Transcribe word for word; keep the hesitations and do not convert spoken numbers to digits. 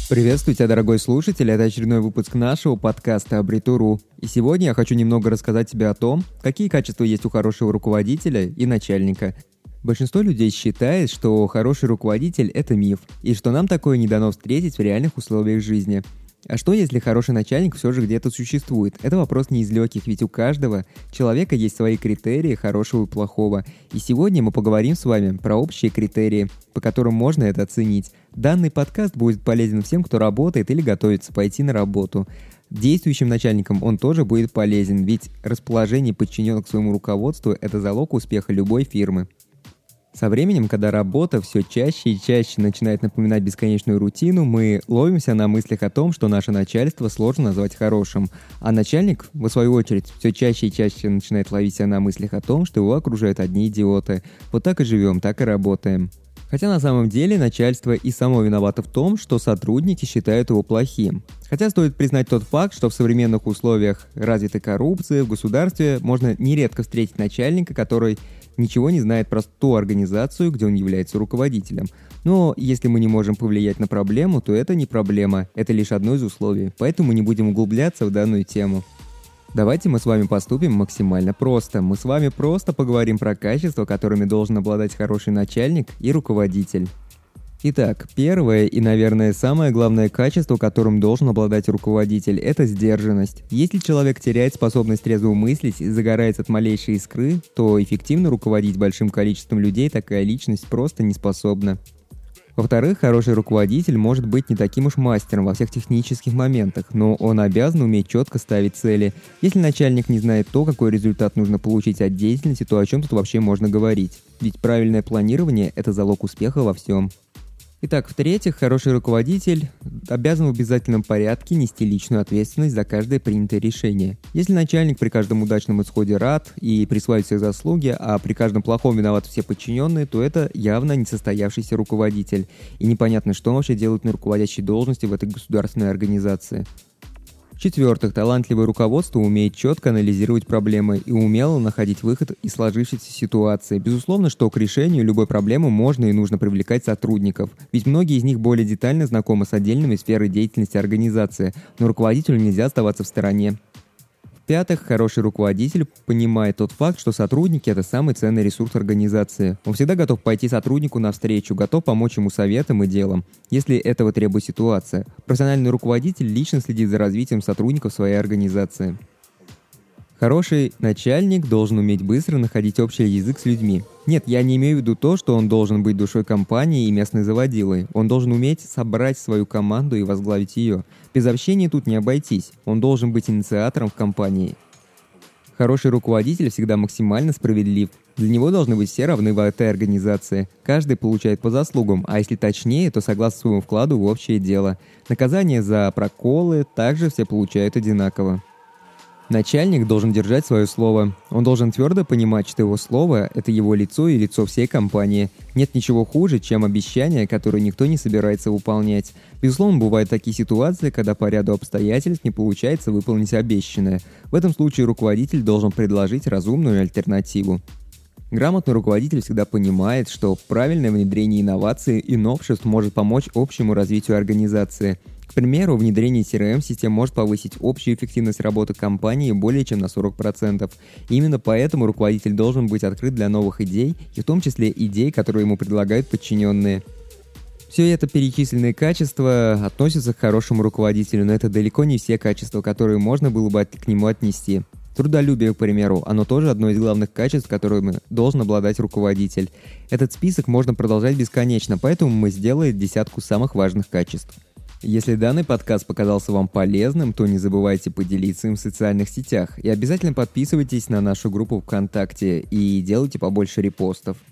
Приветствую тебя, дорогой слушатель, это очередной выпуск нашего подкаста «Абритуру». И сегодня я хочу немного рассказать тебе о том, какие качества есть у хорошего руководителя и начальника. Большинство людей считает, что хороший руководитель – это миф, и что нам такое не дано встретить в реальных условиях жизни. А что, если хороший начальник все же где-то существует? Это вопрос не из легких, ведь у каждого человека есть свои критерии хорошего и плохого. И сегодня мы поговорим с вами про общие критерии, по которым можно это оценить. Данный подкаст будет полезен всем, кто работает или готовится пойти на работу. Действующим начальникам он тоже будет полезен, ведь расположение подчиненных к своему руководству – это залог успеха любой фирмы. Со временем, когда работа все чаще и чаще начинает напоминать бесконечную рутину, мы ловимся на мыслях о том, что наше начальство сложно назвать хорошим, а начальник, в свою очередь, все чаще и чаще начинает ловить себя на мыслях о том, что его окружают одни идиоты. Вот так и живем, так и работаем. Хотя на самом деле начальство и само виновато в том, что сотрудники считают его плохим. Хотя стоит признать тот факт, что в современных условиях развитой коррупции в государстве можно нередко встретить начальника, который ничего не знает про ту организацию, где он является руководителем. Но если мы не можем повлиять на проблему, то это не проблема, это лишь одно из условий, поэтому не будем углубляться в данную тему. Давайте мы с вами поступим максимально просто. Мы с вами просто поговорим про качества, которыми должен обладать хороший начальник и руководитель. Итак, первое и, наверное, самое главное качество, которым должен обладать руководитель, это сдержанность. Если человек теряет способность трезво мыслить и загорается от малейшей искры, то эффективно руководить большим количеством людей такая личность просто не способна. Во-вторых, хороший руководитель может быть не таким уж мастером во всех технических моментах, но он обязан уметь четко ставить цели. Если начальник не знает то, какой результат нужно получить от деятельности, то о чем тут вообще можно говорить? Ведь правильное планирование – это залог успеха во всем. Итак, в-третьих, хороший руководитель обязан в обязательном порядке нести личную ответственность за каждое принятое решение. Если начальник при каждом удачном исходе рад и присваивает все заслуги, а при каждом плохом виноваты все подчиненные, то это явно несостоявшийся руководитель. И непонятно, что он вообще делает на руководящей должности в этой государственной организации. В-четвертых, талантливое руководство умеет четко анализировать проблемы и умело находить выход из сложившейся ситуации. Безусловно, что к решению любой проблемы можно и нужно привлекать сотрудников, ведь многие из них более детально знакомы с отдельными сферой деятельности организации, но руководителю нельзя оставаться в стороне. В-пятых, хороший руководитель понимает тот факт, что сотрудники – это самый ценный ресурс организации. Он всегда готов пойти сотруднику навстречу, готов помочь ему советом и делом, если этого требует ситуация. Профессиональный руководитель лично следит за развитием сотрудников своей организации. Хороший начальник должен уметь быстро находить общий язык с людьми. Нет, я не имею в виду то, что он должен быть душой компании и местной заводилой. Он должен уметь собрать свою команду и возглавить ее. Без общения тут не обойтись. Он должен быть инициатором в компании. Хороший руководитель всегда максимально справедлив. Для него должны быть все равны в этой организации. Каждый получает по заслугам, а если точнее, то согласно своему вкладу в общее дело. Наказание за проколы также все получают одинаково. Начальник должен держать свое слово. Он должен твердо понимать, что его слово – это его лицо и лицо всей компании. Нет ничего хуже, чем обещания, которые никто не собирается выполнять. Безусловно, бывают такие ситуации, когда по ряду обстоятельств не получается выполнить обещанное. В этом случае руководитель должен предложить разумную альтернативу. Грамотный руководитель всегда понимает, что правильное внедрение инноваций и новшеств может помочь общему развитию организации. К примеру, внедрение си эр эм-систем может повысить общую эффективность работы компании более чем на сорок процентов. И именно поэтому руководитель должен быть открыт для новых идей, и в том числе идей, которые ему предлагают подчиненные. Все это перечисленные качества относятся к хорошему руководителю, но это далеко не все качества, которые можно было бы к нему отнести. Трудолюбие, к примеру, оно тоже одно из главных качеств, которыми должен обладать руководитель. Этот список можно продолжать бесконечно, поэтому мы сделаем десятку самых важных качеств. Если данный подкаст показался вам полезным, то не забывайте поделиться им в социальных сетях и обязательно подписывайтесь на нашу группу ВКонтакте и делайте побольше репостов.